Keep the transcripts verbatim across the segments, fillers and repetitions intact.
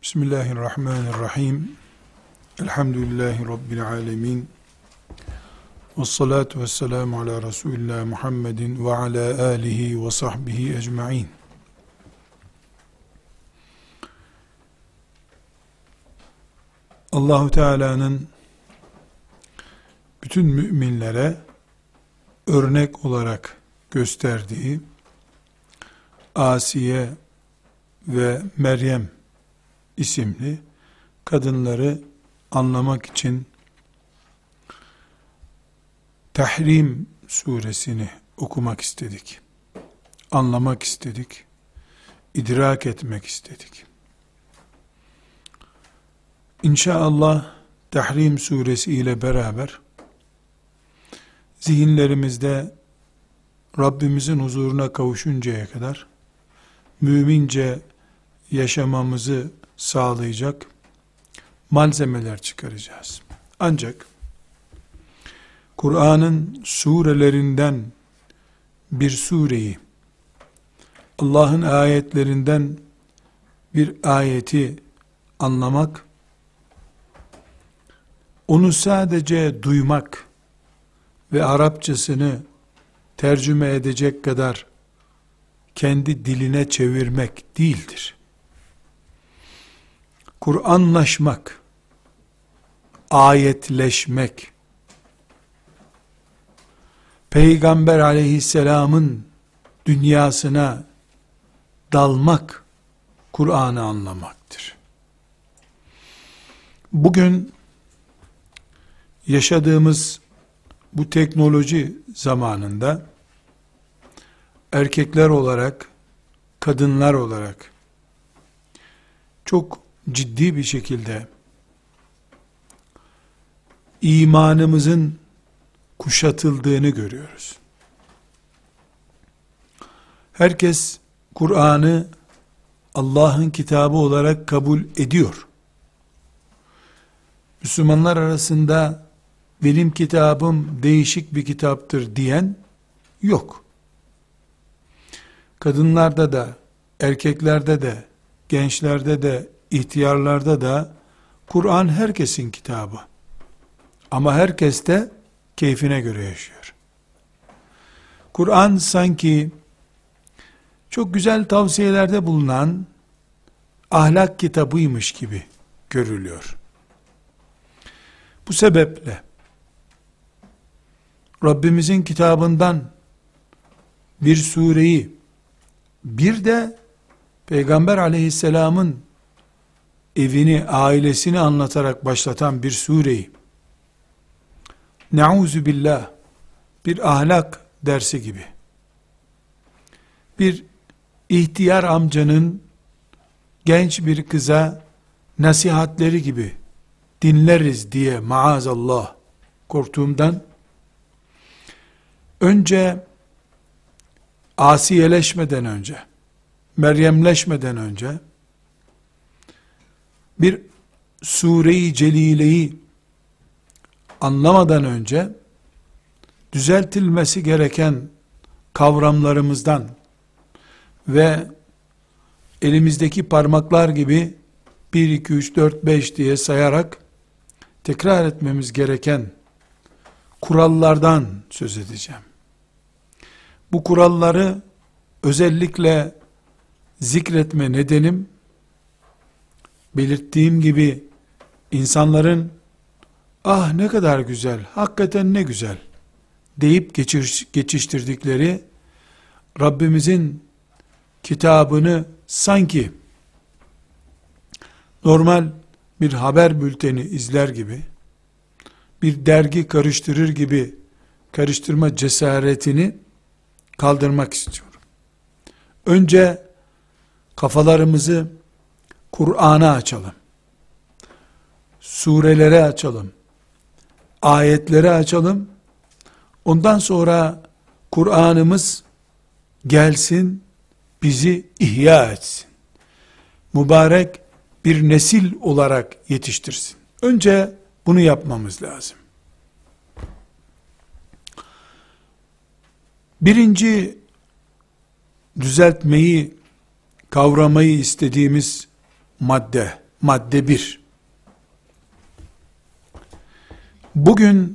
Bismillahirrahmanirrahim. Elhamdülillahi Rabbil alemin. Vessalatu vesselamu ala Resulillah Muhammedin ve ala alihi ve sahbihi ecma'in. Allahu Teala'nın bütün müminlere örnek olarak gösterdiği Asiye ve Meryem isimli kadınları anlamak için Tahrim suresini okumak istedik. Anlamak istedik. İdrak etmek istedik. İnşallah Tahrim suresi ile beraber zihinlerimizde Rabbimizin huzuruna kavuşuncaya kadar mümince yaşamamızı sağlayacak malzemeler çıkaracağız. Ancak Kur'an'ın surelerinden bir sureyi, Allah'ın ayetlerinden bir ayeti anlamak, onu sadece duymak ve Arapçasını tercüme edecek kadar kendi diline çevirmek değildir. Kur'anlaşmak, ayetleşmek, Peygamber aleyhisselamın dünyasına dalmak, Kur'an'ı anlamaktır. Bugün yaşadığımız bu teknoloji zamanında erkekler olarak, kadınlar olarak çok ciddi bir şekilde imanımızın kuşatıldığını görüyoruz. Herkes Kur'an'ı Allah'ın kitabı olarak kabul ediyor. Müslümanlar arasında benim kitabım değişik bir kitaptır diyen yok. Kadınlarda da, erkeklerde de, gençlerde de, ihtiyarlarda da Kur'an herkesin kitabı. Ama herkes de keyfine göre yaşıyor. Kur'an sanki çok güzel tavsiyelerde bulunan ahlak kitabıymış gibi görülüyor. Bu sebeple Rabbimizin kitabından bir sureyi, bir de Peygamber aleyhisselamın evini, ailesini anlatarak başlatan bir sureyi, Nauzu billah, bir ahlak dersi gibi, bir ihtiyar amcanın genç bir kıza nasihatleri gibi dinleriz diye maazallah korktuğumdan, önce asiyeleşmeden önce, Meryemleşmeden önce, bir sure-i celileyi anlamadan önce, düzeltilmesi gereken kavramlarımızdan ve elimizdeki parmaklar gibi bir, iki, üç, dört, beş diye sayarak tekrar etmemiz gereken kurallardan söz edeceğim. Bu kuralları özellikle zikretme nedenim, belirttiğim gibi insanların ah ne kadar güzel, hakikaten ne güzel deyip geçiş, geçiştirdikleri Rabbimizin kitabını sanki normal bir haber bülteni izler gibi, bir dergi karıştırır gibi karıştırma cesaretini kaldırmak istiyorum. Önce kafalarımızı Kur'an'a açalım. Surelere açalım. Ayetlere açalım. Ondan sonra Kur'an'ımız gelsin, bizi ihya etsin. Mübarek bir nesil olarak yetiştirsin. Önce bunu yapmamız lazım. Birinci düzeltmeyi, kavramayı istediğimiz madde Madde bir. Bugün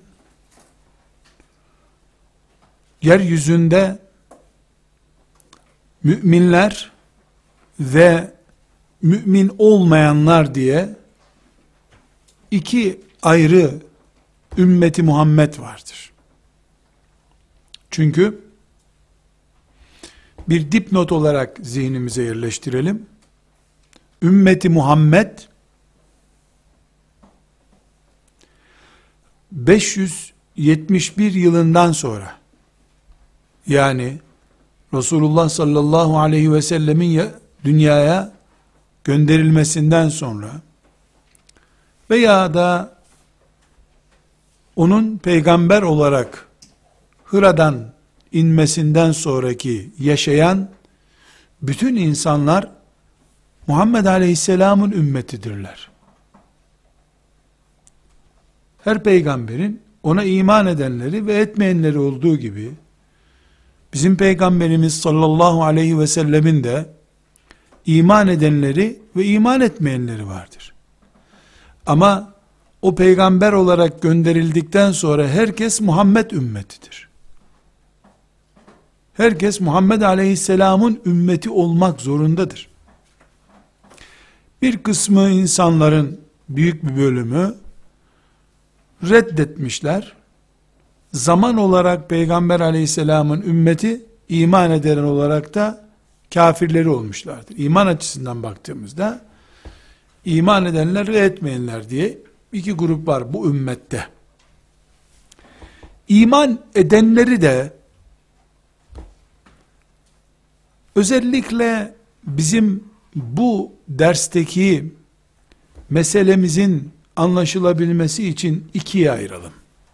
yeryüzünde müminler ve mümin olmayanlar diye iki ayrı ümmeti Muhammed vardır. Çünkü bir dipnot olarak zihnimize yerleştirelim. Ümmeti Muhammed beş yüz yetmiş bir yılından sonra, yani Resulullah sallallahu aleyhi ve sellemin dünyaya gönderilmesinden sonra veya da onun peygamber olarak Hıra'dan inmesinden sonraki yaşayan bütün insanlar Muhammed Aleyhisselam'ın ümmetidirler. Her peygamberin ona iman edenleri ve etmeyenleri olduğu gibi bizim peygamberimiz sallallahu aleyhi ve sellemin de iman edenleri ve iman etmeyenleri vardır. Ama o peygamber olarak gönderildikten sonra herkes Muhammed ümmetidir. Herkes Muhammed Aleyhisselam'ın ümmeti olmak zorundadır. Bir kısmı insanların büyük bir bölümü reddetmişler. Zaman olarak Peygamber Aleyhisselam'ın ümmeti, iman eden olarak da kafirleri olmuşlardır. İman açısından baktığımızda iman edenler ve etmeyenler diye iki grup var bu ümmette. İman edenleri de özellikle bizim bu dersteki meselemizin anlaşılabilmesi için ikiye ayıralım.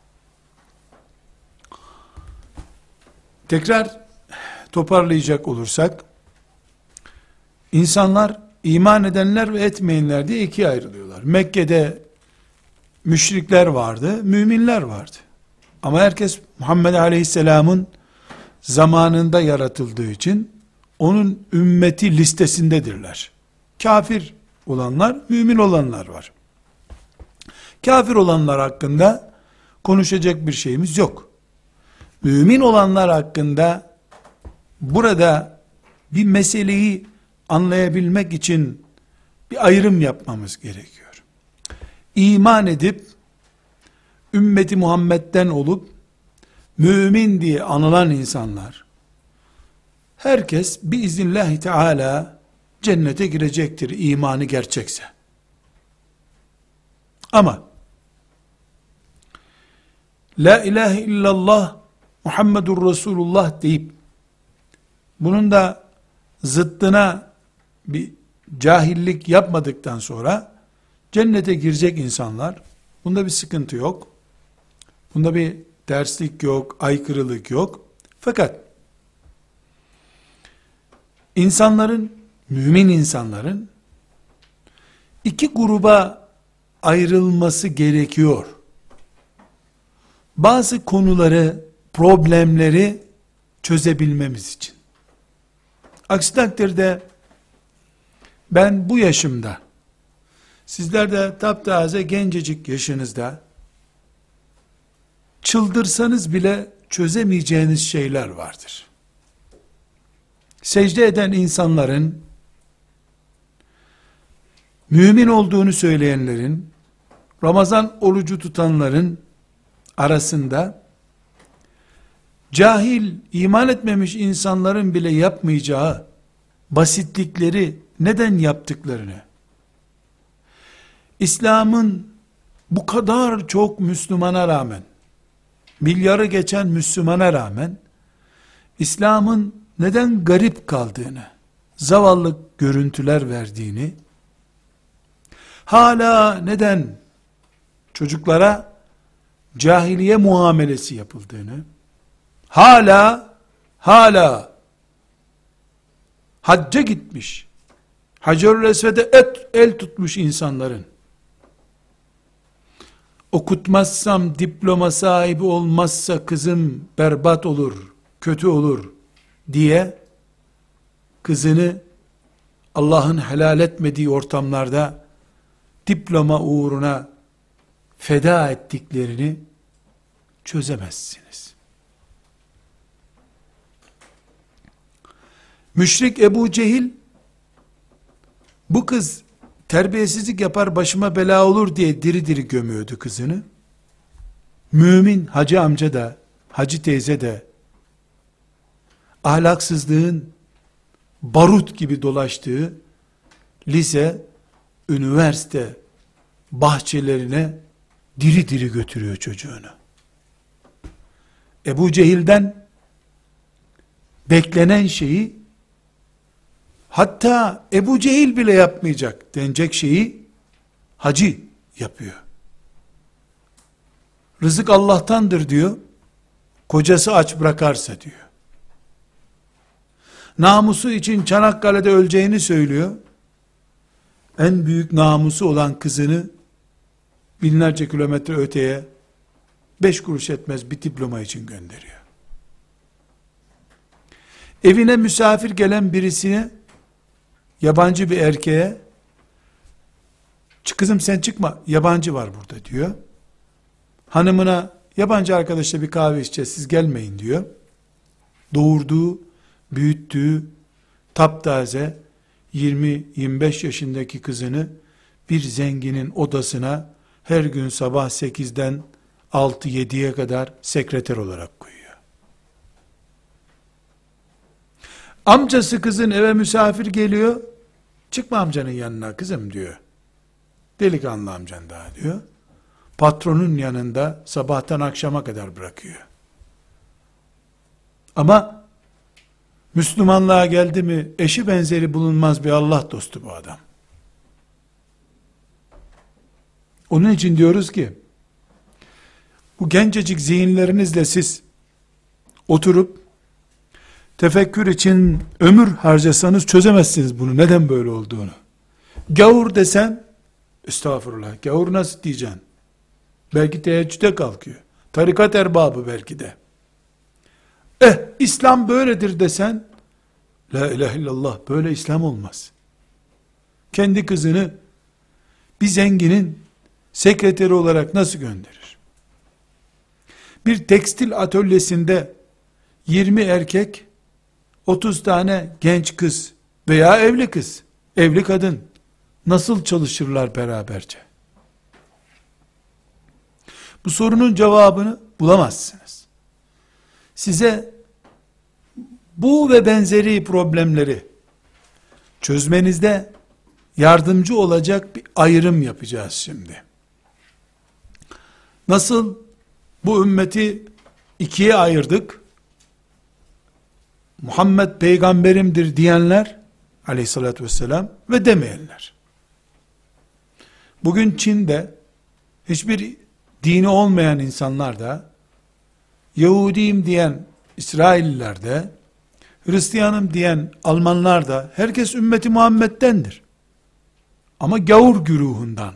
Tekrar toparlayacak olursak, insanlar iman edenler ve etmeyenler diye ikiye ayrılıyorlar. Mekke'de müşrikler vardı, müminler vardı. Ama herkes Muhammed Aleyhisselam'ın zamanında yaratıldığı için onun ümmeti listesindedirler. Kafir olanlar, mümin olanlar var. Kafir olanlar hakkında konuşacak bir şeyimiz yok. Mümin olanlar hakkında burada bir meseleyi anlayabilmek için bir ayrım yapmamız gerekiyor. İman edip ümmeti Muhammed'den olup mümin diye anılan insanlar, herkes biiznillahü teala cennete girecektir imanı gerçekse. Ama la ilahe illallah Muhammedur Resulullah deyip bunun da zıttına bir cahillik yapmadıktan sonra cennete girecek insanlar, bunda bir sıkıntı yok. Bunda bir terslik yok, aykırılık yok. Fakat insanların, mümin insanların iki gruba ayrılması gerekiyor. Bazı konuları, problemleri çözebilmemiz için. Aksi takdirde ben bu yaşımda, sizler de taptaze gencecik yaşınızda, çıldırsanız bile çözemeyeceğiniz şeyler vardır. Secde eden insanların, mümin olduğunu söyleyenlerin, Ramazan orucu tutanların arasında, cahil, iman etmemiş insanların bile yapmayacağı basitlikleri neden yaptıklarını, İslam'ın bu kadar çok Müslümana rağmen, milyarı geçen Müslümana rağmen, İslam'ın neden garip kaldığını, zavallı görüntüler verdiğini, hala neden çocuklara cahiliye muamelesi yapıldığını, hala, hala hacca gitmiş, Hacer-ül Esved'e et, el tutmuş insanların, okutmazsam, diploma sahibi olmazsa kızım berbat olur, kötü olur diye kızını Allah'ın helal etmediği ortamlarda diploma uğruna feda ettiklerini çözemezsiniz. Müşrik Ebu Cehil, bu kız terbiyesizlik yapar başıma bela olur diye diri diri gömüyordu kızını. Mümin hacı amca da, hacı teyze de, ahlaksızlığın barut gibi dolaştığı lise, üniversite bahçelerine diri diri götürüyor çocuğunu. Ebu Cehil'den beklenen şeyi, hatta Ebu Cehil bile yapmayacak denecek şeyi hacı yapıyor. Rızık Allah'tandır diyor. Kocası aç bırakarsa diyor. Namusu için Çanakkale'de öleceğini söylüyor. En büyük namusu olan kızını binlerce kilometre öteye beş kuruş etmez bir diploma için gönderiyor. Evine misafir gelen birisine, yabancı bir erkeğe, kızım sen çıkma yabancı var burada diyor. Hanımına, yabancı arkadaşla bir kahve içeceğiz siz gelmeyin diyor. Doğurduğu, büyüttüğü, taptaze yirmi yirmi beş yaşındaki kızını bir zenginin odasına her gün sabah sekizden altı yediye kadar sekreter olarak koyuyor. Amcası kızın eve misafir geliyor. Çıkma amcanın yanına kızım diyor. Delikanlı amcan daha diyor. Patronun yanında sabahtan akşama kadar bırakıyor. Ama Müslümanlığa geldi mi eşi benzeri bulunmaz bir Allah dostu bu adam. Onun için diyoruz ki bu gencecik zihinlerinizle siz oturup tefekkür için ömür harcasanız çözemezsiniz bunu. Neden böyle olduğunu. Gavur desen, estağfurullah, gavur nasıl diyeceksin? Belki teheccüde kalkıyor. Tarikat erbabı belki de. Eh, İslam böyledir desen, la ilahe illallah, böyle İslam olmaz. Kendi kızını bir zenginin sekreteri olarak nasıl gönderir? Bir tekstil atölyesinde yirmi erkek, otuz tane genç kız veya evli kız, evli kadın nasıl çalışırlar beraberce? Bu sorunun cevabını bulamazsınız. Size bu ve benzeri problemleri çözmenizde yardımcı olacak bir ayrım yapacağız şimdi. Nasıl bu ümmeti ikiye ayırdık? Muhammed peygamberimdir diyenler aleyhissalatü vesselam ve demeyenler. Bugün Çin'de hiçbir dini olmayan insanlar da, Yahudiyim diyen İsrailliler de, Hristiyanım diyen Almanlar da, herkes ümmeti Muhammed'dendir. Ama gavur güruhundan.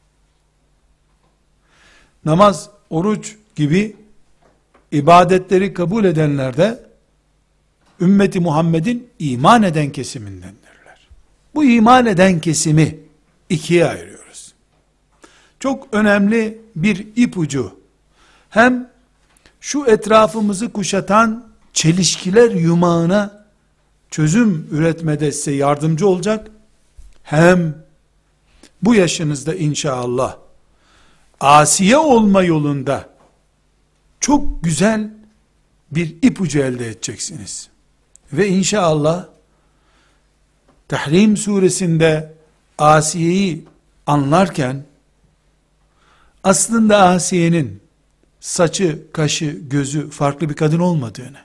Namaz, oruç gibi ibadetleri kabul edenler de, ümmeti Muhammed'in iman eden kesimindendirler. Bu iman eden kesimi ikiye ayırıyoruz. Çok önemli bir ipucu. Hem şu etrafımızı kuşatan çelişkiler yumağına çözüm üretmede size yardımcı olacak. Hem bu yaşınızda inşallah asiye olma yolunda çok güzel bir ipucu elde edeceksiniz. Ve inşallah Tahrim suresinde Asiye'yi anlarken aslında Asiye'nin saçı, kaşı, gözü farklı bir kadın olmadığını,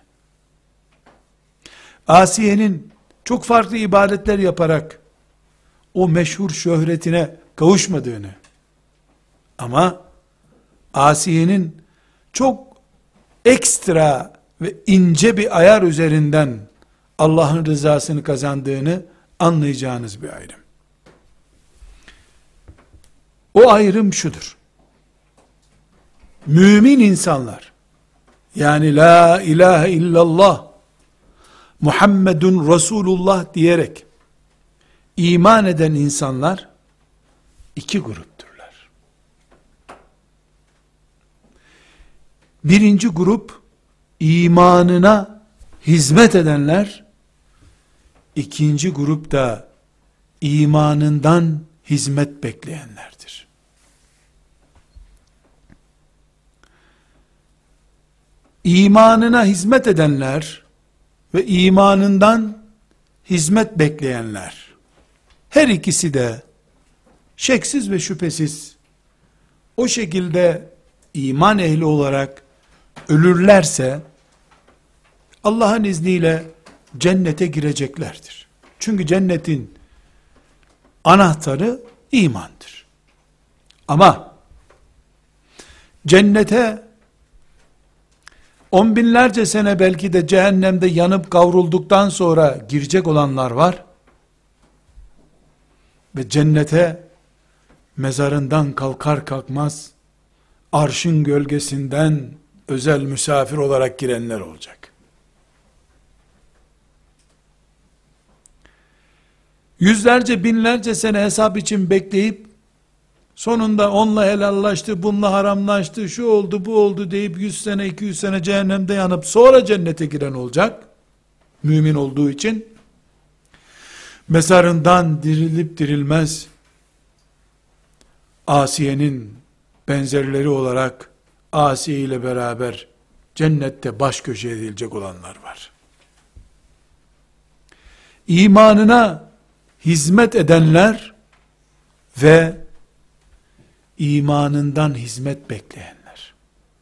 Asiye'nin çok farklı ibadetler yaparak o meşhur şöhretine kavuşmadığını, ama Asiye'nin çok ekstra ve ince bir ayar üzerinden Allah'ın rızasını kazandığını anlayacağınız bir ayrım. O ayrım şudur: mümin insanlar, yani la ilahe illallah Muhammedun Resulullah diyerek iman eden insanlar iki grupturlar. Birinci grup imanına hizmet edenler, ikinci grup da imanından hizmet bekleyenlerdir. İmanına hizmet edenler ve imanından hizmet bekleyenler, her ikisi de şeksiz ve şüphesiz o şekilde iman ehli olarak ölürlerse Allah'ın izniyle cennete gireceklerdir. Çünkü cennetin anahtarı imandır. Ama cennete on binlerce sene belki de cehennemde yanıp kavrulduktan sonra girecek olanlar var. Ve cennete mezarından kalkar kalkmaz arşın gölgesinden özel misafir olarak girenler olacak. Yüzlerce binlerce sene hesap için bekleyip sonunda onunla helallaştı, bununla haramlaştı, şu oldu, bu oldu deyip yüz sene, iki yüz sene cehennemde yanıp sonra cennete giren olacak. Mümin olduğu için mezarından dirilip dirilmez Asiye'nin benzerleri olarak Asiye ile beraber cennette baş köşe edilecek olanlar var. İmanına hizmet edenler ve imanından hizmet bekleyenler.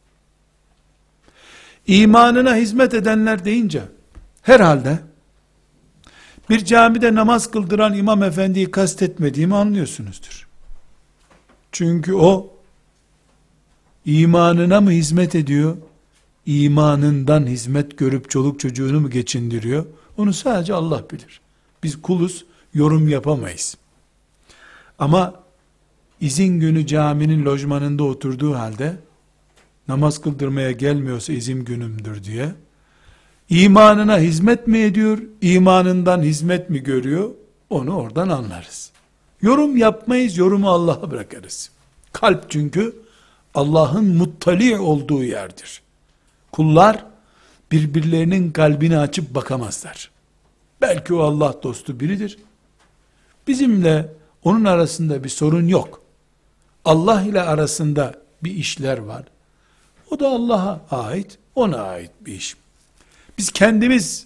İmanına hizmet edenler deyince herhalde bir camide namaz kıldıran imam efendiyi kastetmediğimi anlıyorsunuzdur. Çünkü o imanına mı hizmet ediyor, imanından hizmet görüp çoluk çocuğunu mu geçindiriyor, onu sadece Allah bilir. Biz kuluz, yorum yapamayız. Ama izin günü caminin lojmanında oturduğu halde namaz kıldırmaya gelmiyorsa izin günümdür diye imanına hizmet mi ediyor, imanından hizmet mi görüyor, onu oradan anlarız. Yorum yapmayız, yorumu Allah'a bırakırız. Kalp çünkü Allah'ın muttali olduğu yerdir. Kullar birbirlerinin kalbini açıp bakamazlar. Belki o Allah dostu biridir. Bizimle onun arasında bir sorun yok. Allah ile arasında bir işler var. O da Allah'a ait, ona ait bir iş. Biz kendimiz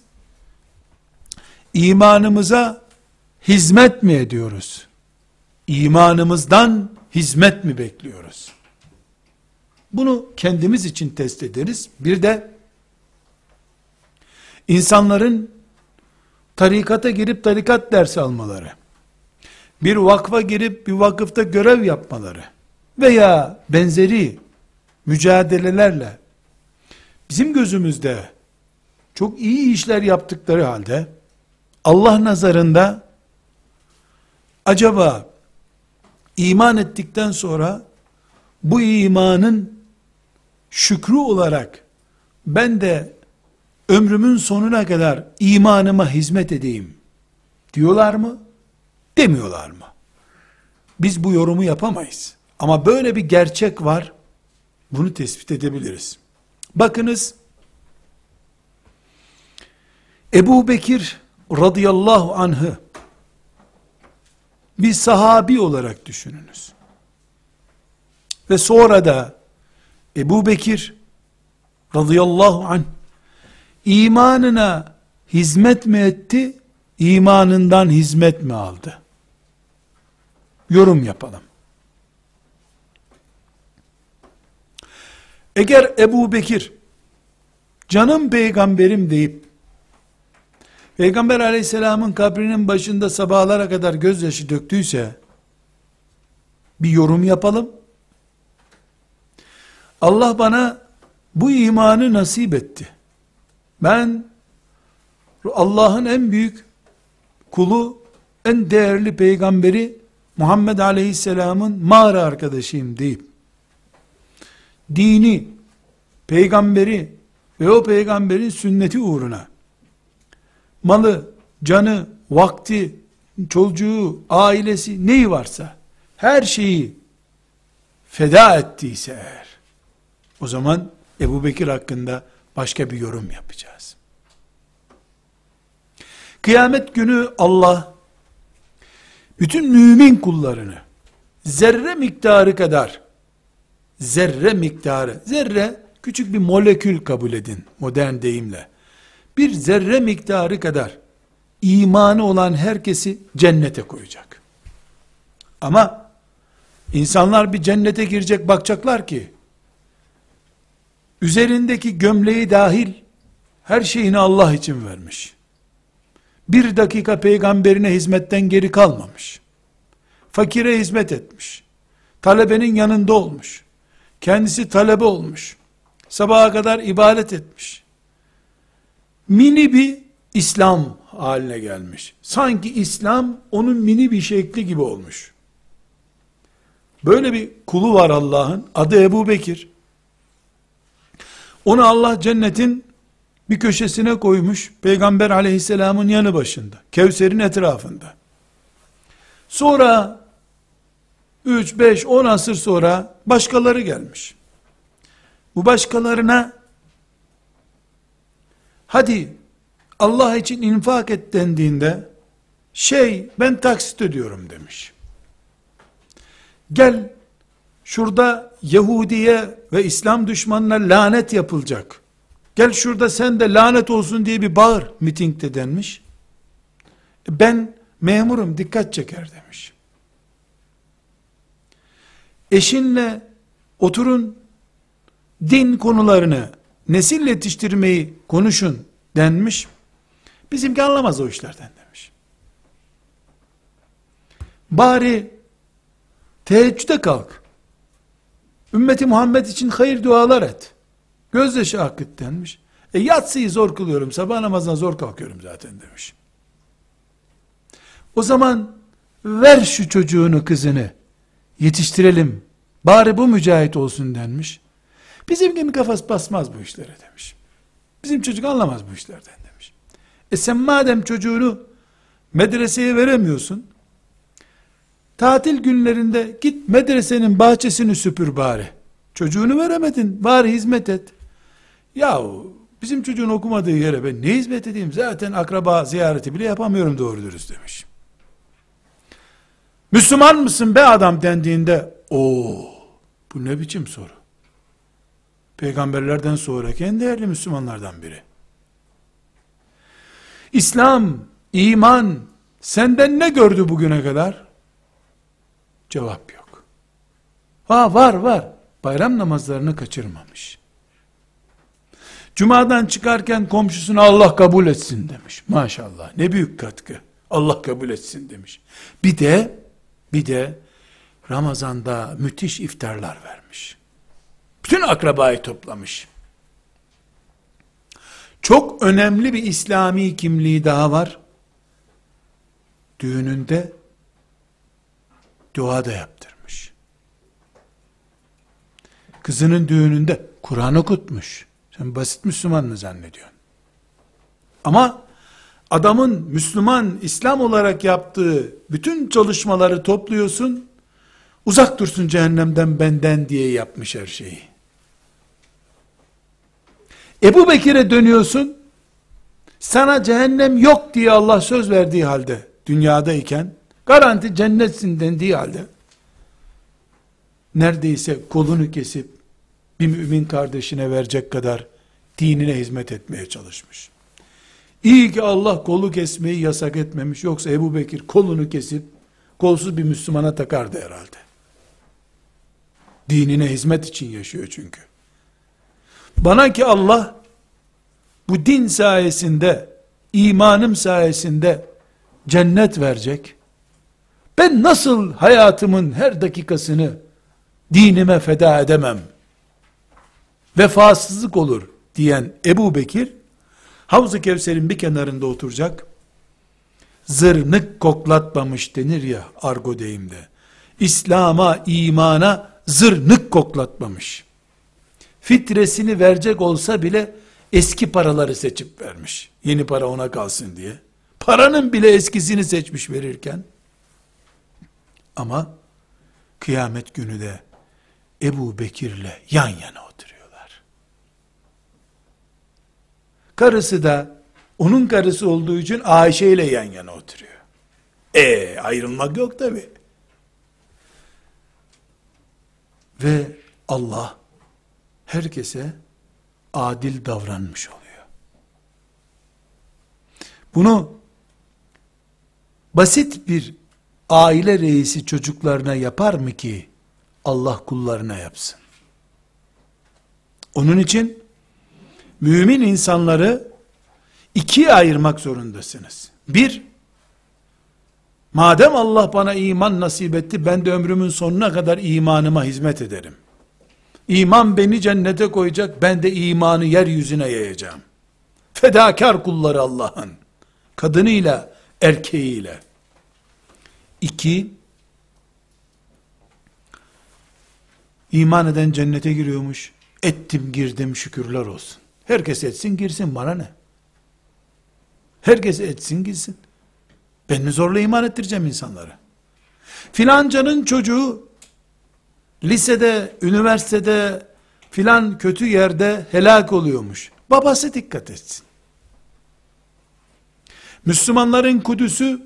imanımıza hizmet mi ediyoruz? İmanımızdan hizmet mi bekliyoruz? Bunu kendimiz için test ederiz. Bir de insanların tarikata girip tarikat dersi almaları, bir vakfa girip bir vakıfta görev yapmaları veya benzeri mücadelelerle bizim gözümüzde çok iyi işler yaptıkları halde Allah nazarında acaba iman ettikten sonra bu imanın şükrü olarak ben de ömrümün sonuna kadar imanıma hizmet edeyim diyorlar mı? Demiyorlar mı? Biz bu yorumu yapamayız. Ama böyle bir gerçek var. Bunu tespit edebiliriz. Bakınız, Ebu Bekir radıyallahu anh'ı bir sahabi olarak düşününüz. Ve sonra da Ebu Bekir radıyallahu anh imanına hizmet mi etti, imanından hizmet mi aldı? Yorum yapalım. Eğer Ebu Bekir canım peygamberim deyip Peygamber aleyhisselamın kabrinin başında sabahlara kadar gözyaşı döktüyse bir yorum yapalım. Allah bana bu imanı nasip etti. Ben Allah'ın en büyük kulu, en değerli peygamberi Muhammed aleyhisselamın mağara arkadaşıyım deyip dini, peygamberi ve o peygamberin sünneti uğruna malı, canı, vakti, çocuğu, ailesi neyi varsa her şeyi feda ettiyse eğer, o zaman Ebu Bekir hakkında başka bir yorum yapacağız. Kıyamet günü Allah bütün mümin kullarını zerre miktarı kadar, zerre miktarı, zerre küçük bir molekül kabul edin modern deyimle, bir zerre miktarı kadar imanı olan herkesi cennete koyacak. Ama insanlar bir cennete girecek, bakacaklar ki üzerindeki gömleği dahil her şeyini Allah için vermiş. Bir dakika peygamberine hizmetten geri kalmamış. Fakire hizmet etmiş. Talebenin yanında olmuş. Kendisi talebe olmuş. Sabaha kadar ibadet etmiş. Mini bir İslam haline gelmiş. Sanki İslam onun mini bir şekli gibi olmuş. Böyle bir kulu var Allah'ın. Adı Ebu Bekir. Onu Allah cennetin bir köşesine koymuş. Peygamber aleyhisselamın yanı başında. Kevser'in etrafında. Sonra üç, beş, on asır sonra başkaları gelmiş. Bu başkalarına hadi Allah için infak et dendiğinde şey ben taksit ödüyorum demiş. Gel şurada Yahudiye ve İslam düşmanına lanet yapılacak. Gel şurada sen de lanet olsun diye bir bağır mitingde denmiş. Ben memurum dikkat çeker demiş. Eşinle oturun din konularını, nesil yetiştirmeyi konuşun denmiş. Bizimki anlamaz o işlerden demiş. Bari teheccüde kalk. Ümmeti Muhammed için hayır dualar et. Gözyaşı akıt denmiş. E yatsıyı zor kılıyorum, sabah namazına zor kalkıyorum zaten demiş. O zaman ver şu çocuğunu, kızını, yetiştirelim. Bari bu mücahit olsun denmiş. Bizimkinin kafası basmaz bu işlere demiş. Bizim çocuk anlamaz bu işlerden demiş. E sen madem çocuğunu medreseye veremiyorsun, tatil günlerinde git medresenin bahçesini süpür bari. Çocuğunu veremedin, bari hizmet et. Yahu bizim çocuğun okumadığı yere ben ne hizmet edeyim? Zaten akraba ziyareti bile yapamıyorum doğru dürüst demiş. Müslüman mısın be adam dendiğinde, o bu ne biçim soru? Peygamberlerden sonraki en değerli Müslümanlardan biri. İslam, iman senden ne gördü bugüne kadar? Cevap yok. Ha var var. Bayram namazlarını kaçırmamış. Cuma'dan çıkarken komşusuna Allah kabul etsin demiş. Maşallah ne büyük katkı. Allah kabul etsin demiş. Bir de bir de Ramazan'da müthiş iftarlar vermiş. Bütün akrabayı toplamış. Çok önemli bir İslami kimliği daha var. Düğününde dua da yaptırmış. Kızının düğününde Kur'an okutmuş. Sen basit Müslüman mı zannediyorsun? Ama adamın Müslüman, İslam olarak yaptığı bütün çalışmaları topluyorsun, uzak dursun cehennemden benden diye yapmış her şeyi. Ebu Bekir'e dönüyorsun, sana cehennem yok diye Allah söz verdiği halde, dünyadayken, garanti cennetsin dendiği halde, neredeyse kolunu kesip, bir mümin kardeşine verecek kadar, dinine hizmet etmeye çalışmış. İyi ki Allah kolu kesmeyi yasak etmemiş, yoksa Ebu Bekir kolunu kesip, kolsuz bir Müslümana takardı herhalde. Dinine hizmet için yaşıyor çünkü. Bana ki Allah, bu din sayesinde, imanım sayesinde, cennet verecek, ben nasıl hayatımın her dakikasını, dinime feda edemem, vefasızlık olur, diyen Ebu Bekir, Havz-ı Kevser'in bir kenarında oturacak, zırnık koklatmamış denir ya, argo deyimde, İslam'a, imana, zırnık koklatmamış, fitresini verecek olsa bile, eski paraları seçip vermiş, yeni para ona kalsın diye, paranın bile eskisini seçmiş verirken, ama, kıyamet günü de Ebu Bekir'le yan yana oturuyorlar. Karısı da onun karısı olduğu için Ayşe ile yan yana oturuyor. E ayrılmak yok tabi. Ve Allah herkese adil davranmış oluyor. Bunu basit bir aile reisi çocuklarına yapar mı ki Allah kullarına yapsın? Onun için mümin insanları ikiye ayırmak zorundasınız. Bir, madem Allah bana iman nasip etti, ben de ömrümün sonuna kadar imanıma hizmet ederim. İman beni cennete koyacak, ben de imanı yeryüzüne yayacağım. Fedakar kulları Allah'ın, kadınıyla, erkeğiyle. İki, iman eden cennete giriyormuş, ettim girdim şükürler olsun. Herkes etsin girsin, bana ne? Herkes etsin girsin. Ben mi zorla iman ettireceğim insanları? Filancanın çocuğu lisede, üniversitede, filan kötü yerde helak oluyormuş. Babası dikkat etsin. Müslümanların Kudüs'ü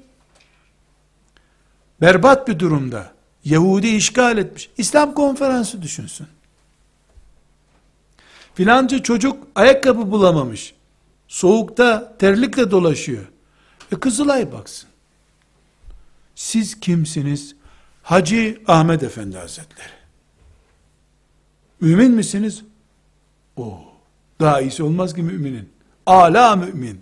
berbat bir durumda. Yahudi işgal etmiş. İslam konferansı düşünsün. Filanca çocuk ayakkabı bulamamış. Soğukta terlikle dolaşıyor. E Kızılay baksın. Siz kimsiniz? Hacı Ahmet Efendi Hazretleri. Mümin misiniz? O daha iyisi olmaz ki müminin. Âlâ mümin.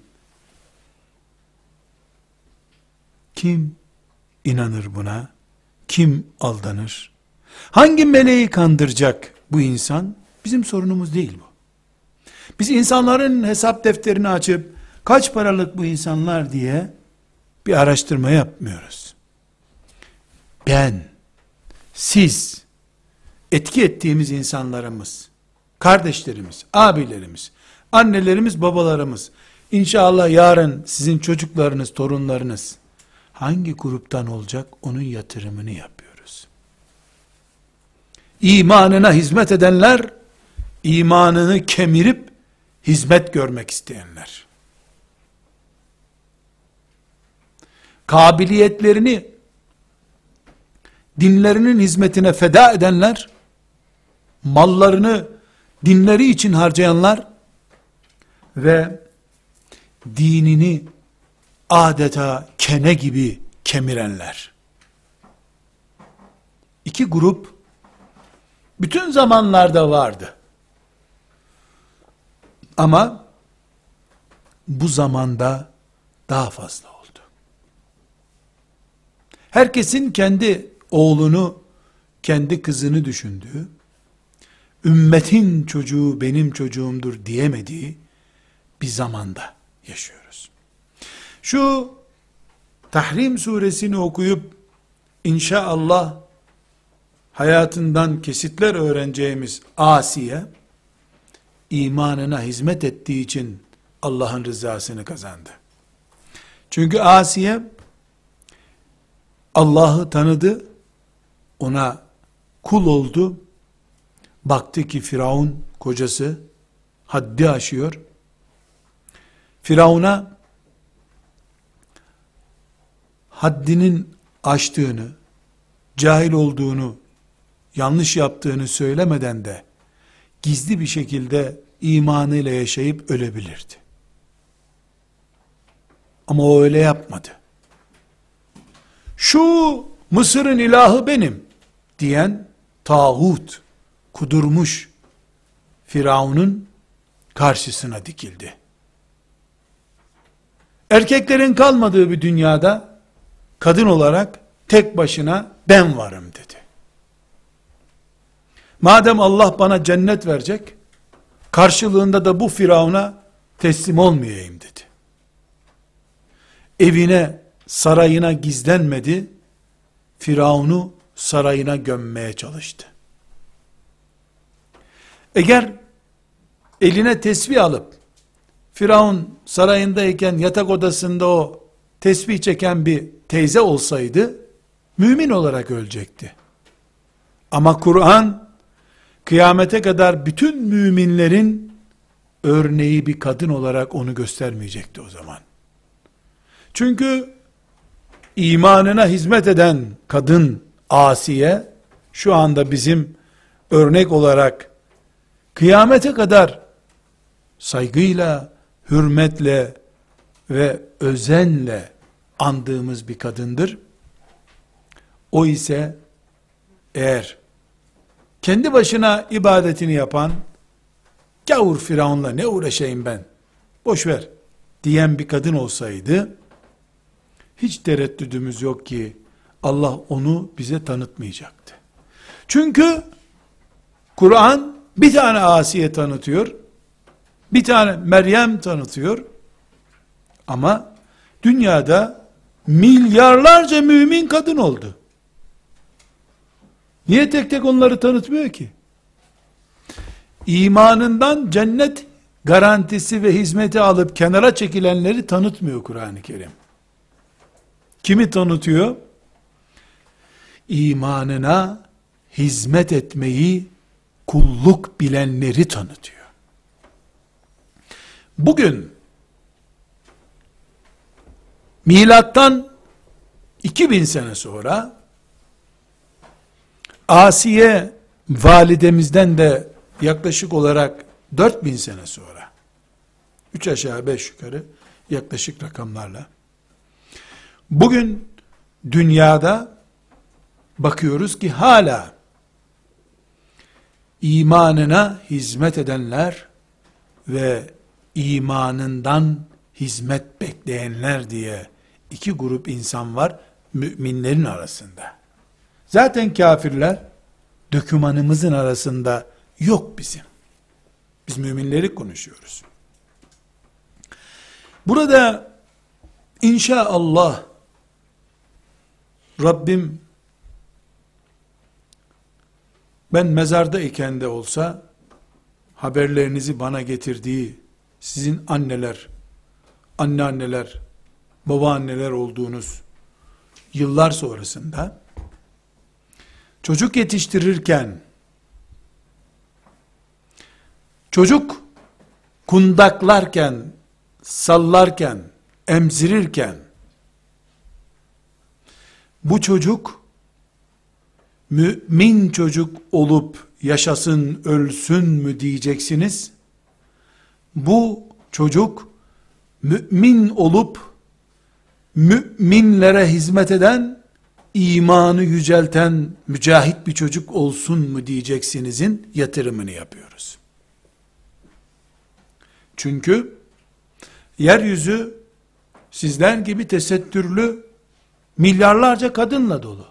Kim inanır buna? Kim aldanır? Hangi meleği kandıracak bu insan? Bizim sorunumuz değil bu. Biz insanların hesap defterini açıp kaç paralık bu insanlar diye bir araştırma yapmıyoruz. Ben, siz, etki ettiğimiz insanlarımız, kardeşlerimiz, abilerimiz, annelerimiz, babalarımız, İnşallah yarın sizin çocuklarınız, torunlarınız hangi gruptan olacak, onun yatırımını yapıyoruz. İmanına hizmet edenler, imanını kemirip hizmet görmek isteyenler. Kabiliyetlerini dinlerinin hizmetine feda edenler, mallarını dinleri için harcayanlar ve dinini adeta kene gibi kemirenler. İki grup bütün zamanlarda vardı. Ama bu zamanda daha fazla oldu. Herkesin kendi oğlunu, kendi kızını düşündüğü, ümmetin çocuğu benim çocuğumdur diyemediği bir zamanda yaşıyoruz. Şu Tahrim suresini okuyup inşallah hayatından kesitler öğreneceğimiz Asiye, imanına hizmet ettiği için Allah'ın rızasını kazandı. Çünkü Asiye Allah'ı tanıdı, ona kul oldu, baktı ki Firavun kocası haddi aşıyor. Firavun'a haddinin aştığını, cahil olduğunu, yanlış yaptığını söylemeden de gizli bir şekilde imanıyla yaşayıp ölebilirdi. Ama o öyle yapmadı. Şu Mısır'ın ilahı benim diyen tağut, kudurmuş Firavun'un karşısına dikildi. Erkeklerin kalmadığı bir dünyada kadın olarak tek başına ben varım dedi. Madem Allah bana cennet verecek, karşılığında da bu Firavun'a teslim olmayayım dedi. Evine, sarayına gizlenmedi, Firavun'u sarayına gömmeye çalıştı. Eğer eline tesbih alıp, Firavun sarayındayken yatak odasında o tesbih çeken bir teyze olsaydı, mümin olarak ölecekti. Ama Kur'an kıyamete kadar bütün müminlerin örneği bir kadın olarak onu göstermeyecekti o zaman. Çünkü imanına hizmet eden kadın Asiye şu anda bizim örnek olarak kıyamete kadar saygıyla, hürmetle ve özenle andığımız bir kadındır. O ise eğer kendi başına ibadetini yapan, gavur Firavun'la ne uğraşayım ben, boş ver diyen bir kadın olsaydı, hiç tereddüdümüz yok ki Allah onu bize tanıtmayacaktı. Çünkü Kur'an bir tane Asiye tanıtıyor, bir tane Meryem tanıtıyor, ama dünyada milyarlarca mümin kadın oldu. Niye tek tek onları tanıtmıyor ki? İmanından cennet garantisi ve hizmeti alıp kenara çekilenleri tanıtmıyor Kur'an-ı Kerim. Kimi tanıtıyor? İmanına hizmet etmeyi, kulluk bilenleri tanıtıyor. Bugün milattan iki bin sene sonra Asiye validemizden de yaklaşık olarak dört bin sene sonra, üç aşağı beş yukarı yaklaşık rakamlarla, bugün dünyada bakıyoruz ki hala imanına hizmet edenler ve imanından hizmet bekleyenler diye iki grup insan var müminlerin arasında. Zaten kafirler dokümanımızın arasında yok bizim. Biz müminleri konuşuyoruz. Burada inşallah Rabbim ben mezarda iken de olsa haberlerinizi bana getirdiği sizin anneler, anneanneler, babaanneler olduğunuz yıllar sonrasında çocuk yetiştirirken çocuk kundaklarken, sallarken, emzirirken bu çocuk mümin çocuk olup yaşasın, ölsün mü diyeceksiniz? Bu çocuk mümin olup müminlere hizmet eden, imanı yücelten mücahit bir çocuk olsun mu diyeceksinizin yatırımını yapıyoruz. Çünkü yeryüzü sizler gibi tesettürlü milyarlarca kadınla dolu.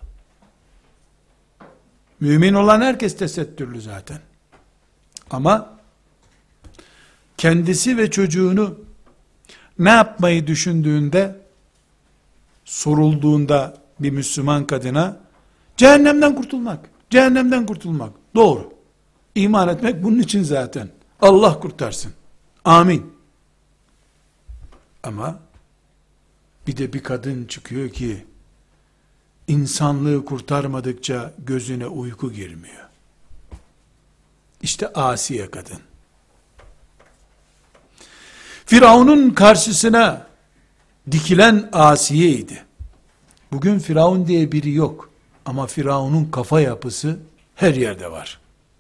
Mümin olan herkes tesettürlü zaten. Ama kendisi ve çocuğunu ne yapmayı düşündüğünde, sorulduğunda bir Müslüman kadına, cehennemden kurtulmak, cehennemden kurtulmak. Doğru. İman etmek bunun için zaten. Allah kurtarsın. Amin. Ama bir de bir kadın çıkıyor ki, insanlığı kurtarmadıkça gözüne uyku girmiyor. İşte Asiye kadın. Firavun'un karşısına dikilen Asiye'ydi. Bugün Firavun diye biri yok. Ama Firavun'un kafa yapısı her yerde var.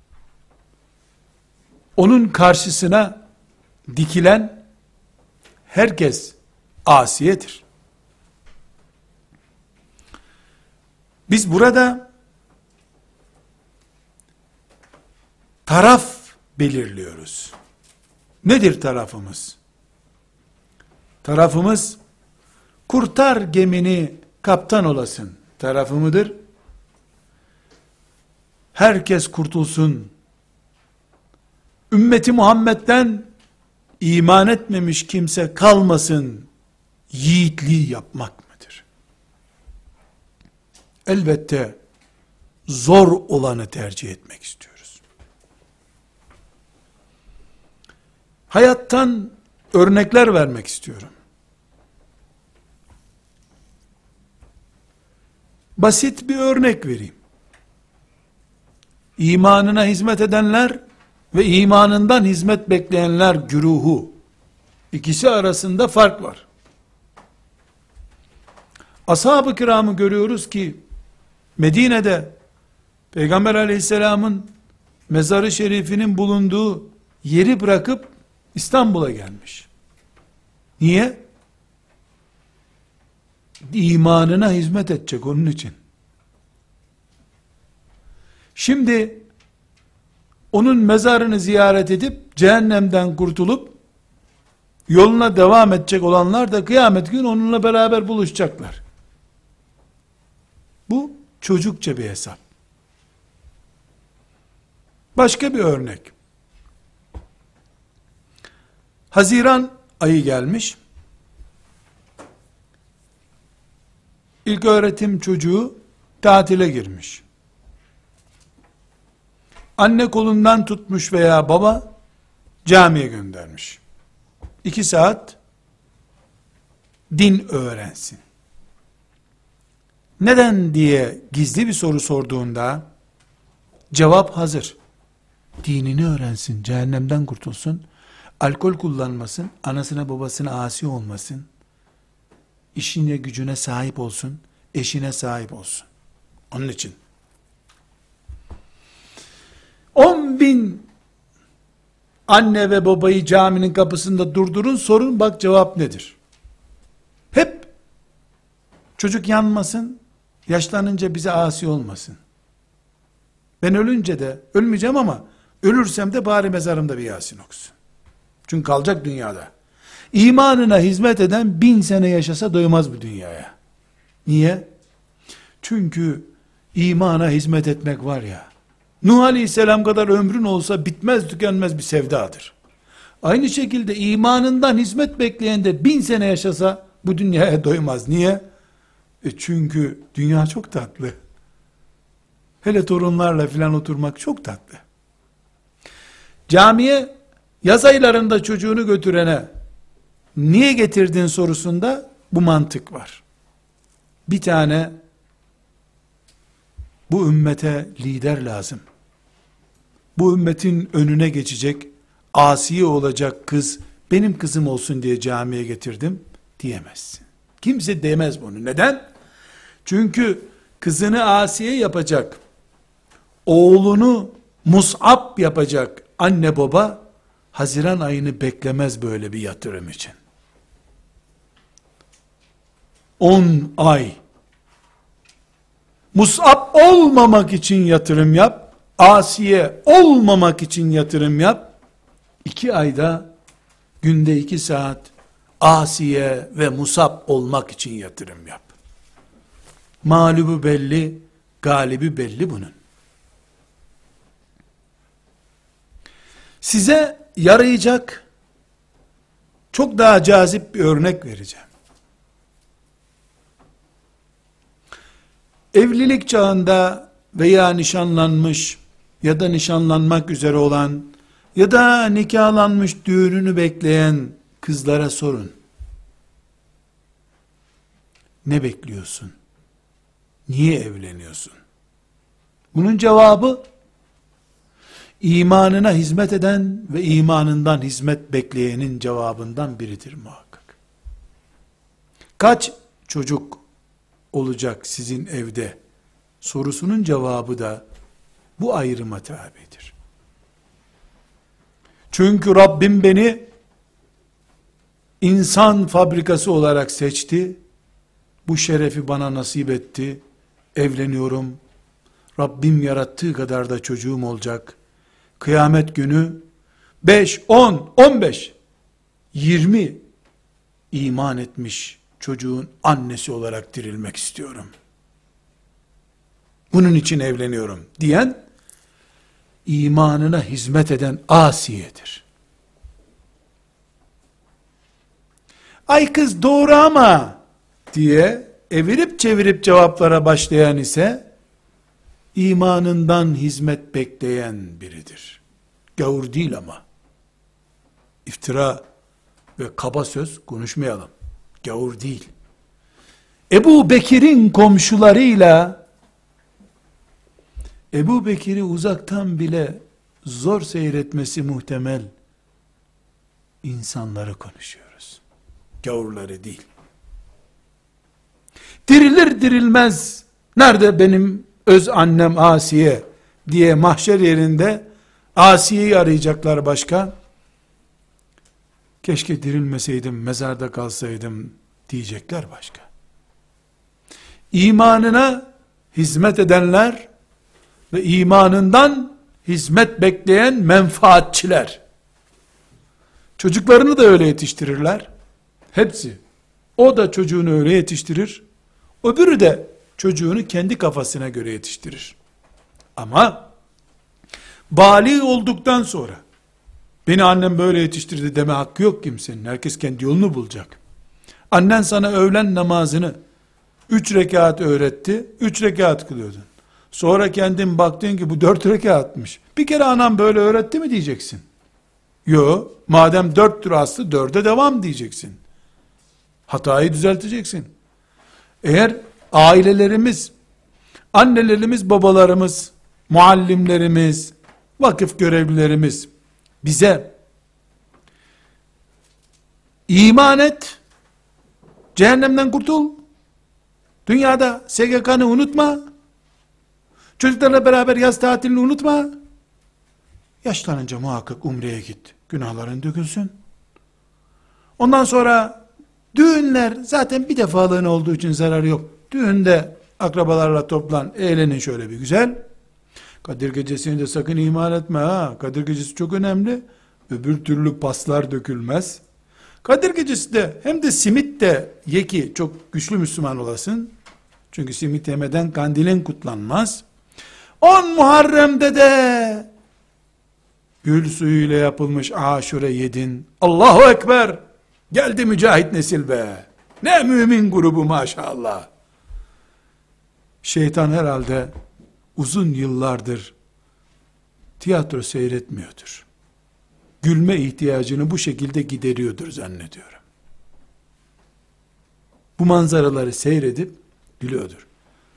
Onun karşısına dikilen herkes Asiye'dir. Biz burada taraf belirliyoruz. Nedir tarafımız? Tarafımız kurtar gemini kaptan olasın tarafı mıdır? Herkes kurtulsun, ümmeti Muhammed'den iman etmemiş kimse kalmasın yiğitliği yapmak mıdır? Elbette zor olanı tercih etmek istiyoruz. Hayattan örnekler vermek istiyorum. Basit bir örnek vereyim. imanına hizmet edenler ve imanından hizmet bekleyenler güruhu. İkisi arasında fark var. Ashab-ı kiramı görüyoruz ki Medine'de Peygamber aleyhisselamın mezarı şerifinin bulunduğu yeri bırakıp İstanbul'a gelmiş. Niye? İmanına hizmet edecek onun için. Şimdi onun mezarını ziyaret edip cehennemden kurtulup yoluna devam edecek olanlar da kıyamet günü onunla beraber buluşacaklar. Bu çocukça bir hesap. Başka bir örnek. Haziran ayı gelmiş. İlköğretim çocuğu tatile girmiş. Anne kolundan tutmuş veya baba camiye göndermiş. İki saat din öğrensin. Neden diye gizli bir soru sorduğunda cevap hazır. Dinini öğrensin, cehennemden kurtulsun, alkol kullanmasın, anasına babasına asi olmasın, işine gücüne sahip olsun, eşine sahip olsun. Onun için. On bin anne ve babayı caminin kapısında durdurun, sorun, bak cevap nedir? Hep çocuk yanmasın, yaşlanınca bize asi olmasın. Ben ölünce de, ölmeyeceğim ama ölürsem de bari mezarımda bir Yasin okusun. Çünkü kalacak dünyada. İmanına hizmet eden bin sene yaşasa doymaz bu dünyaya. Niye? Çünkü imana hizmet etmek var ya, Nuh Aleyhisselam kadar ömrün olsa bitmez tükenmez bir sevdadır. Aynı şekilde imanından hizmet bekleyen de bin sene yaşasa bu dünyaya doymaz. Niye? E çünkü dünya çok tatlı. Hele torunlarla filan oturmak çok tatlı. Camiye yaz aylarında çocuğunu götürene niye getirdin sorusunda bu mantık var. Bir tane bu ümmete lider lazım. Bu ümmetin önüne geçecek, asiye olacak kız benim kızım olsun diye camiye getirdim diyemezsin. Kimse demez bunu. Neden? Çünkü kızını asiye yapacak, oğlunu Mus'ab yapacak anne baba Haziran ayını beklemez böyle bir yatırım için. On ay Mus'ab olmamak için yatırım yap, asiye olmamak için yatırım yap. İki ayda günde iki saat asiye ve Mus'ab olmak için yatırım yap. Mağlubu belli, galibi belli bunun. Size yarayacak çok daha cazip bir örnek vereceğim. Evlilik çağında veya nişanlanmış ya da nişanlanmak üzere olan ya da nikahlanmış düğününü bekleyen kızlara sorun. Ne bekliyorsun? Niye evleniyorsun? Bunun cevabı imanına hizmet eden ve imanından hizmet bekleyenin cevabından biridir muhakkak. Kaç çocuk olacak sizin evde sorusunun cevabı da bu ayrıma tabidir. Çünkü Rabbim beni insan fabrikası olarak seçti. Bu şerefi bana nasip etti. Evleniyorum. Rabbim yarattığı kadar da çocuğum olacak. Kıyamet günü beş, on, on beş, yirmi iman etmiş çocuğun annesi olarak dirilmek istiyorum. Bunun için evleniyorum diyen imanına hizmet eden asiyedir. Ay kız doğru ama diye evirip çevirip cevaplara başlayan ise imanından hizmet bekleyen biridir. Gavur değil ama. İftira ve kaba söz konuşmayalım. Gavur değil. Ebu Bekir'in komşularıyla Ebu Bekir'i uzaktan bile zor seyretmesi muhtemel insanları konuşuyoruz. Gavurları değil. Dirilir dirilmez, nerede benim öz annem Asiye diye mahşer yerinde Asiye'yi arayacaklar başka. Keşke dirilmeseydim, mezarda kalsaydım diyecekler başka. İmanına hizmet edenler ve imanından hizmet bekleyen menfaatçiler. Çocuklarını da öyle yetiştirirler. Hepsi. O da çocuğunu öyle yetiştirir. Öbürü de çocuğunu kendi kafasına göre yetiştirir. Ama bâli olduktan sonra beni annem böyle yetiştirdi deme hakkı yok kimsenin. Herkes kendi yolunu bulacak. Annen sana öğlen namazını üç rekat öğretti. Üç rekat kılıyordun. Sonra kendin baktın ki bu dört rekatmış. Bir kere anam böyle öğretti mi diyeceksin. Yo, madem dörttür aslı dörde devam diyeceksin. Hatayı düzelteceksin. Eğer ailelerimiz, annelerimiz, babalarımız, muallimlerimiz, vakıf görevlilerimiz bize iman et, cehennemden kurtul, dünyada S G K'nı unutma, çocuklarla beraber yaz tatilini unutma, yaşlanınca muhakkak umreye git, günahların dökülsün. Ondan sonra düğünler zaten bir defalığın olduğu için zararı yok. Düğünde akrabalarla toplan, eğlenin şöyle bir güzel. Kadir gecesini de sakın ihmal etme ha. Kadir gecesi çok önemli. Öbür türlü paslar dökülmez. Kadir gecesi de hem de simit de ye ki çok güçlü Müslüman olasın. Çünkü simit yemeden kandilin kutlanmaz. on Muharrem'de de gül suyuyla yapılmış aşure yedin. Allahu Ekber. Geldi mücahit nesil be. Ne mümin grubu maşallah. Şeytan herhalde uzun yıllardır tiyatro seyretmiyordur. Gülme ihtiyacını bu şekilde gideriyordur zannediyorum. Bu manzaraları seyredip gülüyordur.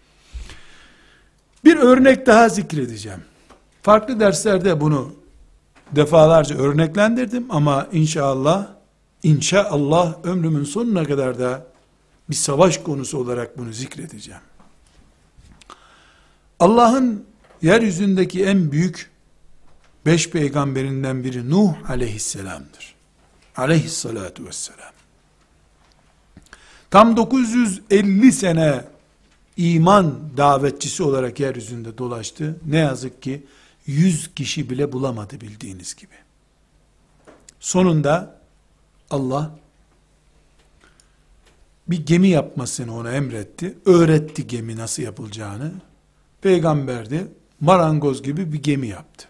Bir örnek daha zikredeceğim. Farklı derslerde bunu defalarca örneklendirdim ama inşallah İnşallah ömrümün sonuna kadar da bir savaş konusu olarak bunu zikredeceğim. Allah'ın yeryüzündeki en büyük beş peygamberinden biri Nuh aleyhisselamdır. Aleyhissalatu vesselam. Tam dokuz yüz elli sene iman davetçisi olarak yeryüzünde dolaştı. Ne yazık ki yüz kişi bile bulamadı bildiğiniz gibi. Sonunda Allah bir gemi yapmasını ona emretti. Öğretti gemi nasıl yapılacağını. Peygamber de marangoz gibi bir gemi yaptı.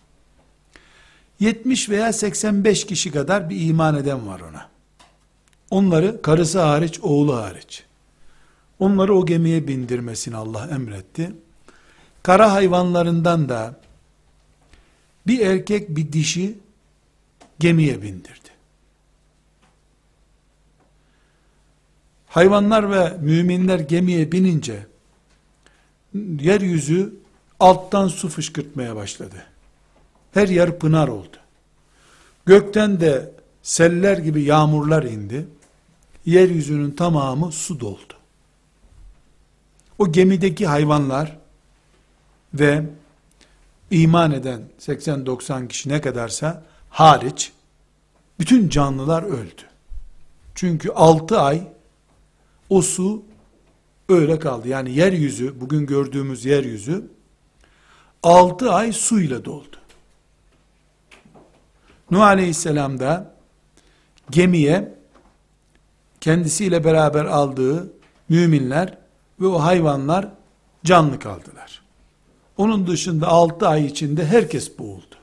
yetmiş veya seksen beş kişi kadar bir iman eden var ona. Onları karısı hariç, oğlu hariç. Onları o gemiye bindirmesini Allah emretti. Kara hayvanlarından da bir erkek bir dişi gemiye bindirdi. Hayvanlar ve müminler gemiye binince yeryüzü alttan su fışkırtmaya başladı. Her yer pınar oldu. Gökten de seller gibi yağmurlar indi. Yeryüzünün tamamı su doldu. O gemideki hayvanlar ve iman eden seksen doksan kişi ne kadarsa hariç bütün canlılar öldü. Çünkü altı ay o su öyle kaldı. Yani yeryüzü, bugün gördüğümüz yeryüzü altı ay suyla doldu. Nuh Aleyhisselam da gemiye kendisiyle beraber aldığı müminler ve o hayvanlar canlı kaldılar. Onun dışında altı ay içinde herkes boğuldu.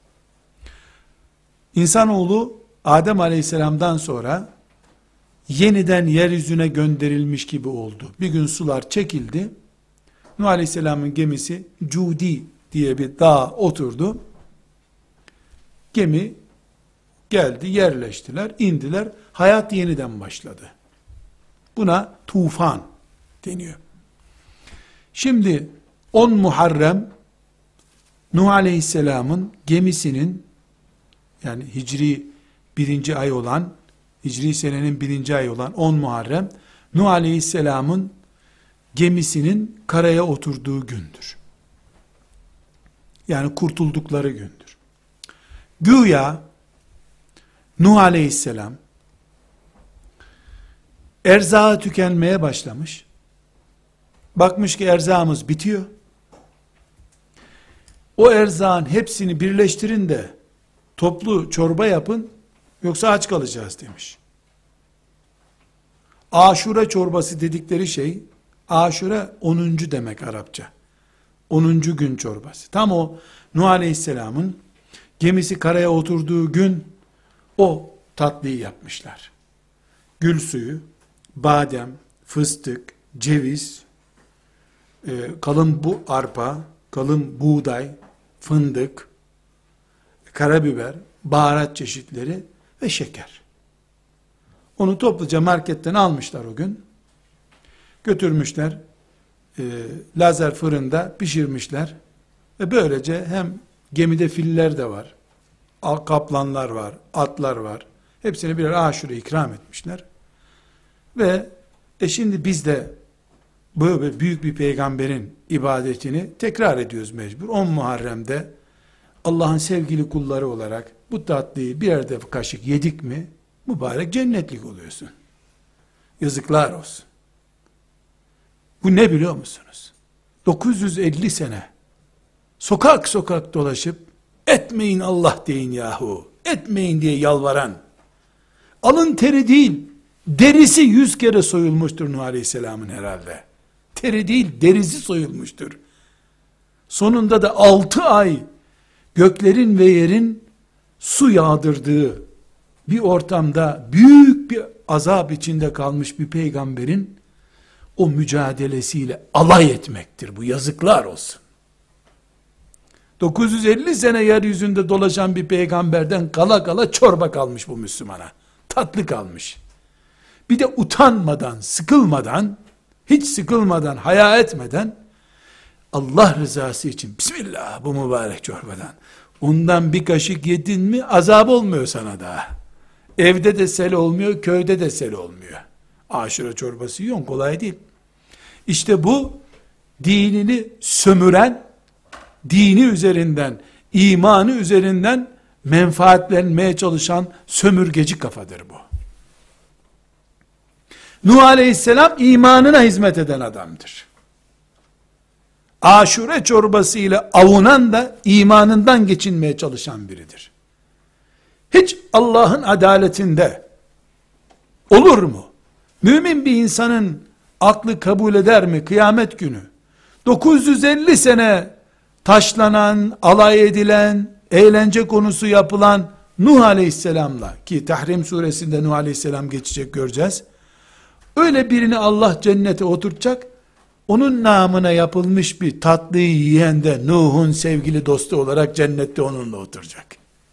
İnsanoğlu Adem Aleyhisselam'dan sonra yeniden yeryüzüne gönderilmiş gibi oldu. Bir gün sular çekildi. Nuh Aleyhisselam'ın gemisi Cudi diye bir dağa oturdu. Gemi geldi, yerleştiler, indiler. Hayat yeniden başladı. Buna tufan deniyor. Şimdi on Muharrem Nuh Aleyhisselam'ın gemisinin, yani Hicri birinci ay olan, Hicri senenin birinci ayı olan on Muharrem, Nuh Aleyhisselam'ın gemisinin karaya oturduğu gündür. Yani kurtuldukları gündür. Güya Nuh Aleyhisselam erzağı tükenmeye başlamış. Bakmış ki erzağımız bitiyor. O erzağın hepsini birleştirin de toplu çorba yapın, yoksa aç kalacağız demiş. Aşure çorbası dedikleri şey, Aşure onuncu demek Arapça. onuncu gün çorbası. Tam o Nuh Aleyhisselam'ın gemisi karaya oturduğu gün o tatlıyı yapmışlar. Gül suyu, badem, fıstık, ceviz, e, kalın bu arpa, kalın buğday, fındık, karabiber, baharat çeşitleri ve şeker. Onu topluca marketten almışlar o gün. Götürmüşler, e, lazer fırında pişirmişler. Ve böylece hem gemide filler de var, kaplanlar var, atlar var. Hepsine birer aşure ikram etmişler. Ve e şimdi biz de böyle büyük bir peygamberin ibadetini tekrar ediyoruz mecbur. on Muharrem'de Allah'ın sevgili kulları olarak bu tatlıyı birer de kaşık yedik mi mübarek cennetlik oluyorsun. Yazıklar olsun. Bu ne biliyor musunuz? dokuz yüz elli sene sokak sokak dolaşıp etmeyin Allah deyin yahu, etmeyin diye yalvaran, alın teri değil, derisi yüz kere soyulmuştur Nuh Aleyhisselam'ın herhalde. Teri değil, derisi soyulmuştur. Sonunda da altı ay göklerin ve yerin su yağdırdığı bir ortamda büyük bir azap içinde kalmış bir peygamberin o mücadelesiyle alay etmektir bu, yazıklar olsun. dokuz yüz elli sene yeryüzünde dolaşan bir peygamberden kala kala çorba kalmış bu Müslümana. Tatlı kalmış. Bir de utanmadan, sıkılmadan, hiç sıkılmadan, haya etmeden, Allah rızası için, Bismillah bu mübarek çorbadan, ondan bir kaşık yedin mi azap olmuyor sana daha. Evde de sel olmuyor, köyde de sel olmuyor. Aşure çorbası yiyorsun, kolay değil. İşte bu, dinini sömüren, dini üzerinden, imanı üzerinden menfaatlenmeye çalışan sömürgeci kafadır bu. Nuh Aleyhisselam imanına hizmet eden adamdır. Aşure çorbası ile avunan da imanından geçinmeye çalışan biridir. Hiç Allah'ın adaletinde olur mu? Mümin bir insanın aklı kabul eder mi kıyamet günü? dokuz yüz elli sene taşlanan, alay edilen, eğlence konusu yapılan Nuh Aleyhisselam'la, ki Tahrim suresinde Nuh Aleyhisselam geçecek, göreceğiz. Öyle birini Allah cennete oturtacak, onun namına yapılmış bir tatlıyı yiyen de Nuh'un sevgili dostu olarak cennette onunla oturacak.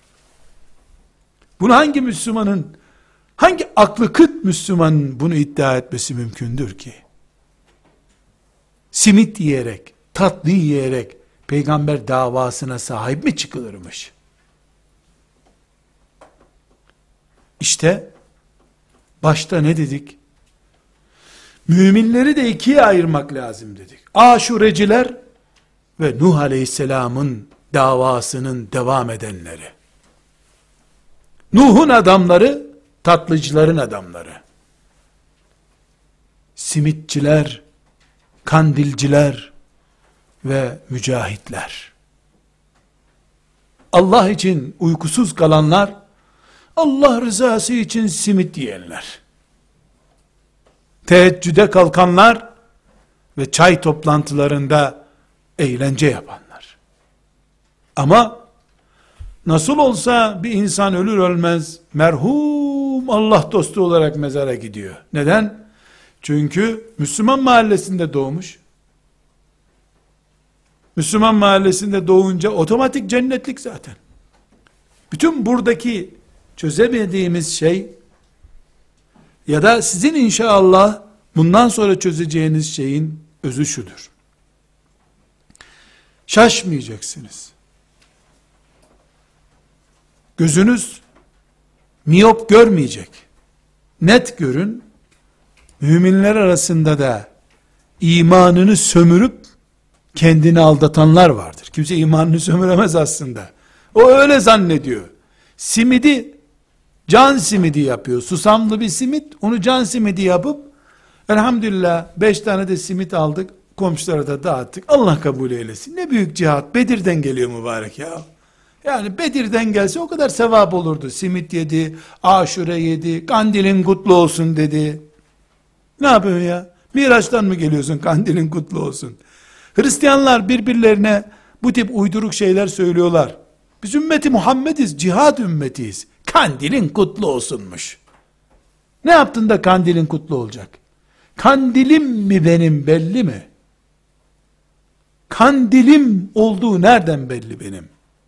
Bunu hangi Müslümanın, hangi aklı kıt Müslümanın bunu iddia etmesi mümkündür ki? Simit yiyerek, tatlı yiyerek peygamber davasına sahip mi çıkılırmış? İşte başta ne dedik? Müminleri de ikiye ayırmak lazım dedik. Aşureciler ve Nuh Aleyhisselam'ın davasının devam edenleri. Nuh'un adamları, tatlıcıların adamları. Simitçiler, kandilciler ve mücahitler. Allah için uykusuz kalanlar, Allah rızası için simit yiyenler. Teheccüde kalkanlar ve çay toplantılarında eğlence yapanlar. Ama nasıl olsa bir insan ölür ölmez merhum Allah dostu olarak mezara gidiyor. Neden? Çünkü Müslüman mahallesinde doğmuş. Müslüman mahallesinde doğunca otomatik cennetlik zaten. Bütün buradaki çözemediğimiz şey, ya da sizin inşallah bundan sonra çözeceğiniz şeyin özü şudur. Şaşmayacaksınız. Gözünüz miyop görmeyecek. Net görün. Müminler arasında da imanını sömürüp kendini aldatanlar vardır. Kimse imanını sömüremez aslında. O öyle zannediyor. Simidi can simidi yapıyor. Susamlı bir simit, onu can simidi yapıp elhamdülillah beş tane de simit aldık, komşulara da dağıttık. Allah kabul eylesin. Ne büyük cihat. Bedir'den geliyor mübarek ya. Yani Bedir'den gelse o kadar sevap olurdu. Simit yedi, aşure yedi, kandilin kutlu olsun dedi. Ne yapıyorsun ya? Miraç'tan mı geliyorsun, kandilin kutlu olsun? Hristiyanlar birbirlerine bu tip uyduruk şeyler söylüyorlar. Biz ümmeti Muhammediz, cihad ümmetiyiz. Kandilin kutlu olsunmuş. Ne yaptın da kandilin kutlu olacak? Kandilim mi benim belli mi? Kandilim olduğu nereden belli benim?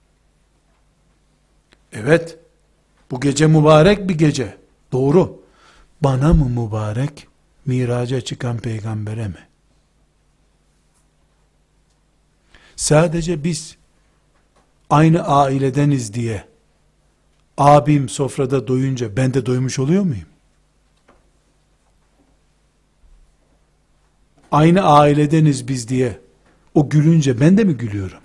Evet, bu gece mübarek bir gece. Doğru. Bana mı mübarek, miraca çıkan peygambere mi? Sadece biz aynı ailedeniz diye abim sofrada doyunca ben de doymuş oluyor muyum? Aynı ailedeniz biz diye o gülünce ben de mi gülüyorum?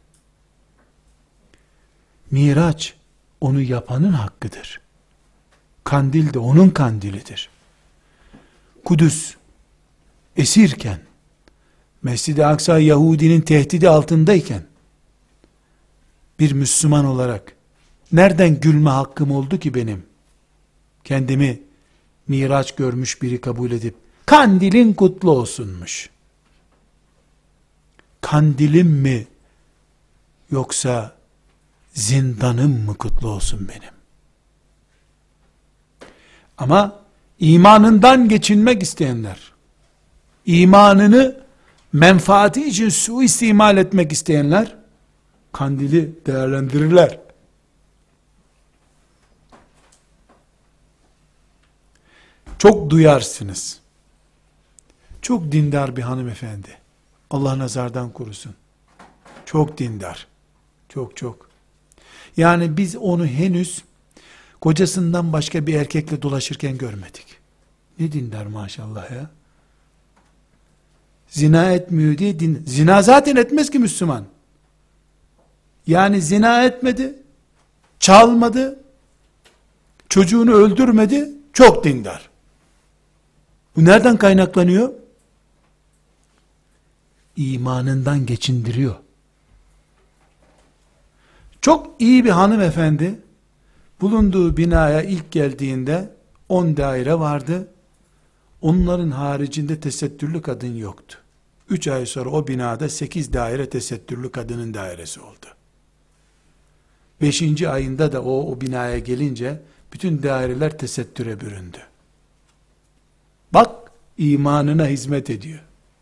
Miraç onu yapanın hakkıdır. Kandil de onun kandilidir. Kudüs esirken, Mescid-i Aksa Yahudinin tehdidi altındayken, bir Müslüman olarak nereden gülme hakkım oldu ki benim? Kendimi miraç görmüş biri kabul edip kandilin kutlu olsunmuş. Kandilim mi yoksa zindanım mı kutlu olsun benim? Ama imanından geçinmek isteyenler, imanını menfaati için suistimal etmek isteyenler kandili değerlendirirler. Çok duyarsınız. Çok dindar bir hanımefendi. Allah nazardan korusun. Çok dindar. Çok çok. Yani biz onu henüz kocasından başka bir erkekle dolaşırken görmedik. Ne dindar maşallah ya. Zina etmiyor diye din. Zina zaten etmez ki Müslüman. Yani zina etmedi, çalmadı, çocuğunu öldürmedi, çok dindar. Bu nereden kaynaklanıyor? İmanından geçindiriyor. Çok iyi bir hanımefendi, bulunduğu binaya ilk geldiğinde on daire vardı. Onların haricinde tesettürlü kadın yoktu. Üç ay sonra o binada sekiz daire tesettürlü kadının dairesi oldu. Beşinci ayında da o, o binaya gelince bütün daireler tesettüre büründü. Bak, imanına hizmet ediyor.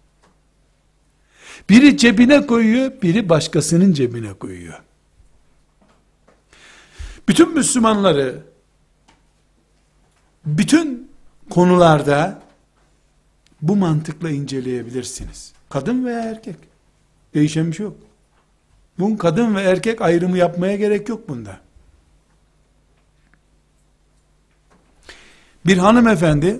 Biri cebine koyuyor, biri başkasının cebine koyuyor. Bütün Müslümanları bütün konularda bu mantıkla inceleyebilirsiniz. Kadın veya erkek. Değişen bir şey yok. Bunun kadın ve erkek ayrımı yapmaya gerek yok bunda. Bir hanımefendi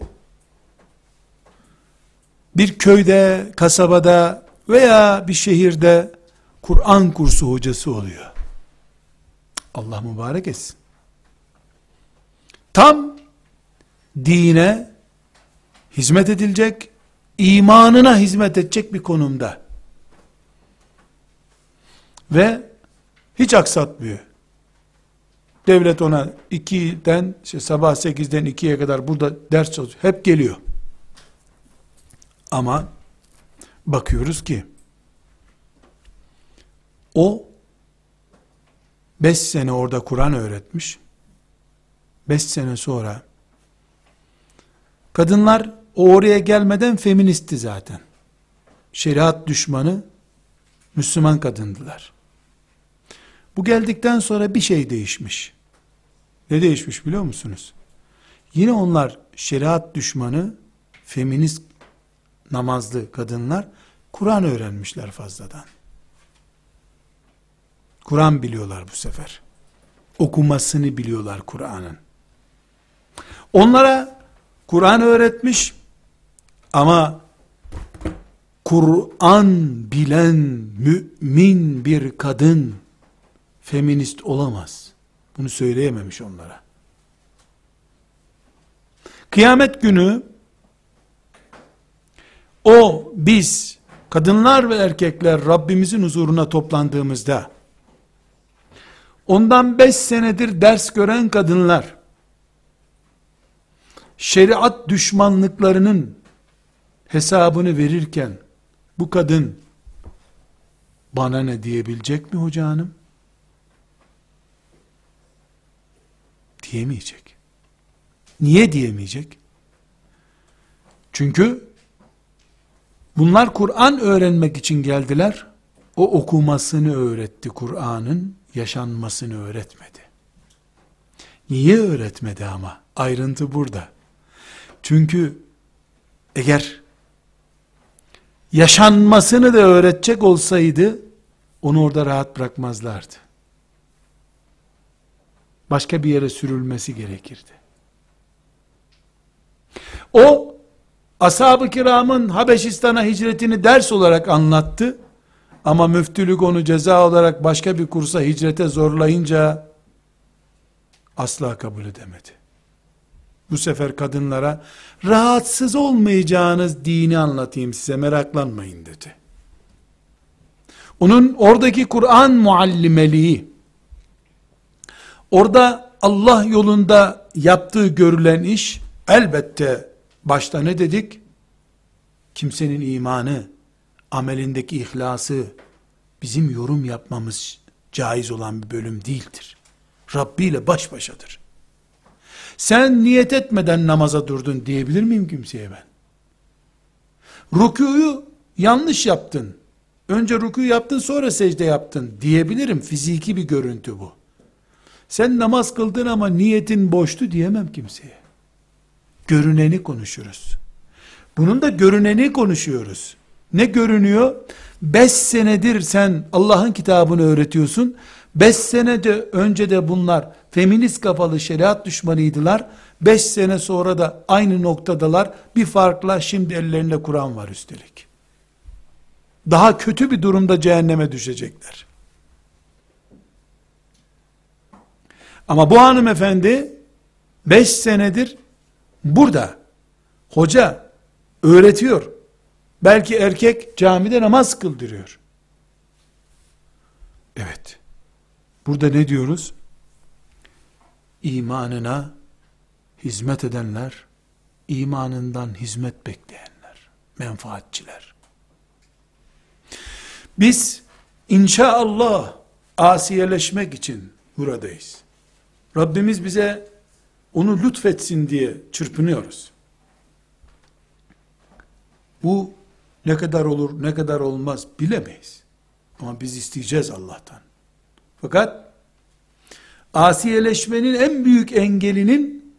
bir köyde, kasabada veya bir şehirde Kur'an kursu hocası oluyor. Allah mübarek etsin. Tam dine hizmet edilecek, imanına hizmet edecek bir konumda. Ve hiç aksatmıyor. Devlet ona ikiden, işte sabah sekizden ikiye kadar burada ders çalışıyor. Hep geliyor. Ama bakıyoruz ki o beş sene orada Kur'an öğretmiş. Beş sene sonra kadınlar o oraya gelmeden feministi zaten. Şeriat düşmanı Müslüman kadındılar. Bu geldikten sonra bir şey değişmiş. Ne değişmiş biliyor musunuz? Yine onlar şeriat düşmanı, feminist namazlı kadınlar Kur'an öğrenmişler fazladan. Kur'an biliyorlar bu sefer. okumasını biliyorlar Kur'an'ın. Onlara Kur'an öğretmiş ama Kur'an bilen mümin bir kadın feminist olamaz. Bunu söyleyememiş onlara. Kıyamet günü o biz kadınlar ve erkekler Rabbimizin huzuruna toplandığımızda ondan beş senedir ders gören kadınlar şeriat düşmanlıklarının hesabını verirken bu kadın bana ne diyebilecek mi hoca hanım? Diyemeyecek. Niye diyemeyecek? Çünkü bunlar Kur'an öğrenmek için geldiler. O okumasını öğretti Kur'an'ın, yaşanmasını öğretmedi. Niye öğretmedi ama? Ayrıntı burada. Çünkü eğer yaşanmasını da öğretecek olsaydı onu orada rahat bırakmazlardı. Başka bir yere sürülmesi gerekirdi. O ashab-ı kiramın Habeşistan'a hicretini ders olarak anlattı. Ama müftülük onu ceza olarak başka bir kursa hicrete zorlayınca asla kabul edemedi. Bu sefer kadınlara rahatsız olmayacağınız dini anlatayım size, meraklanmayın dedi. Onun oradaki Kur'an muallimeliği, orada Allah yolunda yaptığı görülen iş, elbette başta ne dedik? Kimsenin imanı, amelindeki ihlası bizim yorum yapmamız caiz olan bir bölüm değildir. Rabbi ile baş başadır. Sen niyet etmeden namaza durdun diyebilir miyim kimseye ben? Rükûyu yanlış yaptın. Önce rükû yaptın sonra secde yaptın diyebilirim. Fiziki bir görüntü bu. Sen namaz kıldın ama niyetin boştu diyemem kimseye. Görüneni konuşuruz. Bunun da görüneni konuşuyoruz. Ne görünüyor? Beş senedir sen Allah'ın kitabını öğretiyorsun. Beş senede önce de bunlar feminist kafalı şeriat düşmanıydılar. Beş sene sonra da aynı noktadalar. Bir farkla şimdi ellerinde Kur'an var üstelik. Daha kötü bir durumda cehenneme düşecekler. Ama bu hanımefendi beş senedir burada. Hoca öğretiyor. Belki erkek camide namaz kıldırıyor. Evet. Burada ne diyoruz? İmanına hizmet edenler, imanından hizmet bekleyenler, menfaatçiler. Biz inşallah asiyeleşmek için buradayız. Rabbimiz bize onu lütfetsin diye çırpınıyoruz. Bu ne kadar olur, ne kadar olmaz bilemeyiz. Ama biz isteyeceğiz Allah'tan. Fakat asiyeleşmenin en büyük engelinin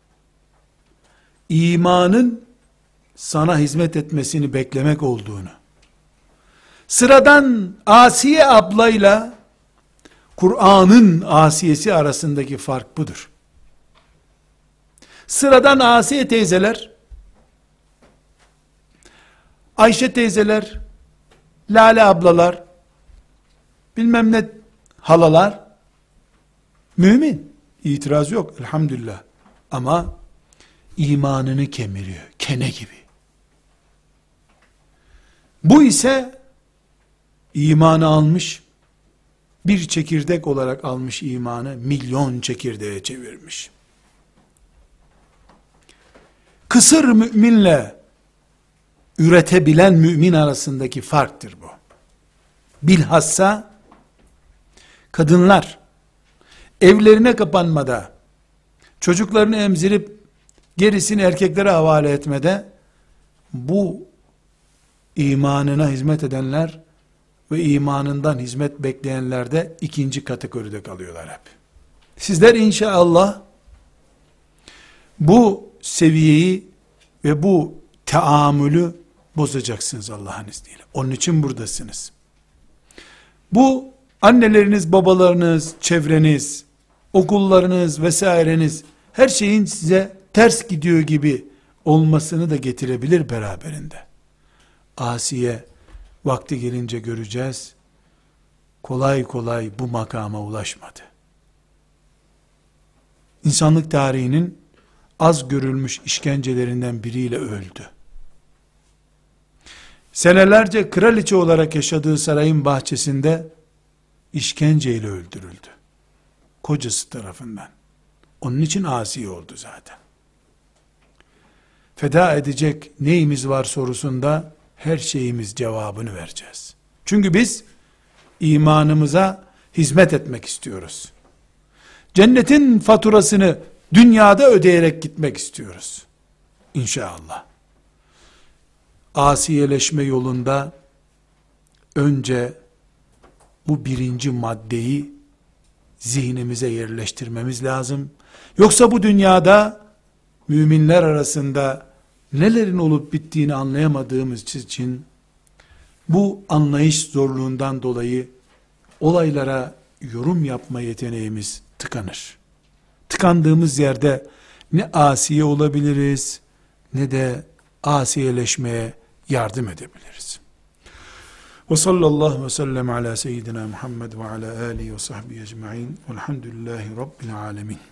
imanın sana hizmet etmesini beklemek olduğunu, sıradan Asiye ablayla Kur'an'ın asiyesi arasındaki fark budur. Sıradan Asiye teyzeler, Ayşe teyzeler, Lale ablalar, bilmem ne halalar, mümin. İtiraz yok elhamdülillah. Ama imanını kemiriyor, kene gibi. Bu ise imanı almış, bir çekirdek olarak almış imanı, milyon çekirdeğe çevirmiş. Kısır müminle üretebilen mümin arasındaki farktır bu. Bilhassa kadınlar evlerine kapanmada, çocuklarını emzirip gerisini erkeklere havale etmede, bu imanına hizmet edenler ve imanından hizmet bekleyenler de ikinci kategoride kalıyorlar hep. Sizler inşallah bu seviyeyi ve bu teamülü bozacaksınız Allah'ın izniyle. Onun için buradasınız. Bu anneleriniz, babalarınız, çevreniz, okullarınız vesaireniz, her şeyin size ters gidiyor gibi olmasını da getirebilir beraberinde. Asiye, vakti gelince göreceğiz, kolay kolay bu makama ulaşmadı. İnsanlık tarihinin az görülmüş işkencelerinden biriyle öldü. Senelerce kraliçe olarak yaşadığı sarayın bahçesinde işkenceyle öldürüldü. Kocası tarafından. Onun için asi oldu zaten. Feda edecek neyimiz var sorusunda her şeyimiz cevabını vereceğiz. Çünkü biz imanımıza hizmet etmek istiyoruz. Cennetin faturasını dünyada ödeyerek gitmek istiyoruz. İnşallah. Asiyeleşme yolunda önce bu birinci maddeyi zihnimize yerleştirmemiz lazım. Yoksa bu dünyada müminler arasında nelerin olup bittiğini anlayamadığımız için bu anlayış zorluğundan dolayı olaylara yorum yapma yeteneğimiz tıkanır. Tıkandığımız yerde ne asiye olabiliriz ne de asiyeleşmeye yardım edebiliriz. Ve sallallahu ve sellem ala seyyidina Muhammed ve ala alihi ve sahbihi ecma'in velhamdülillahi rabbil alemin.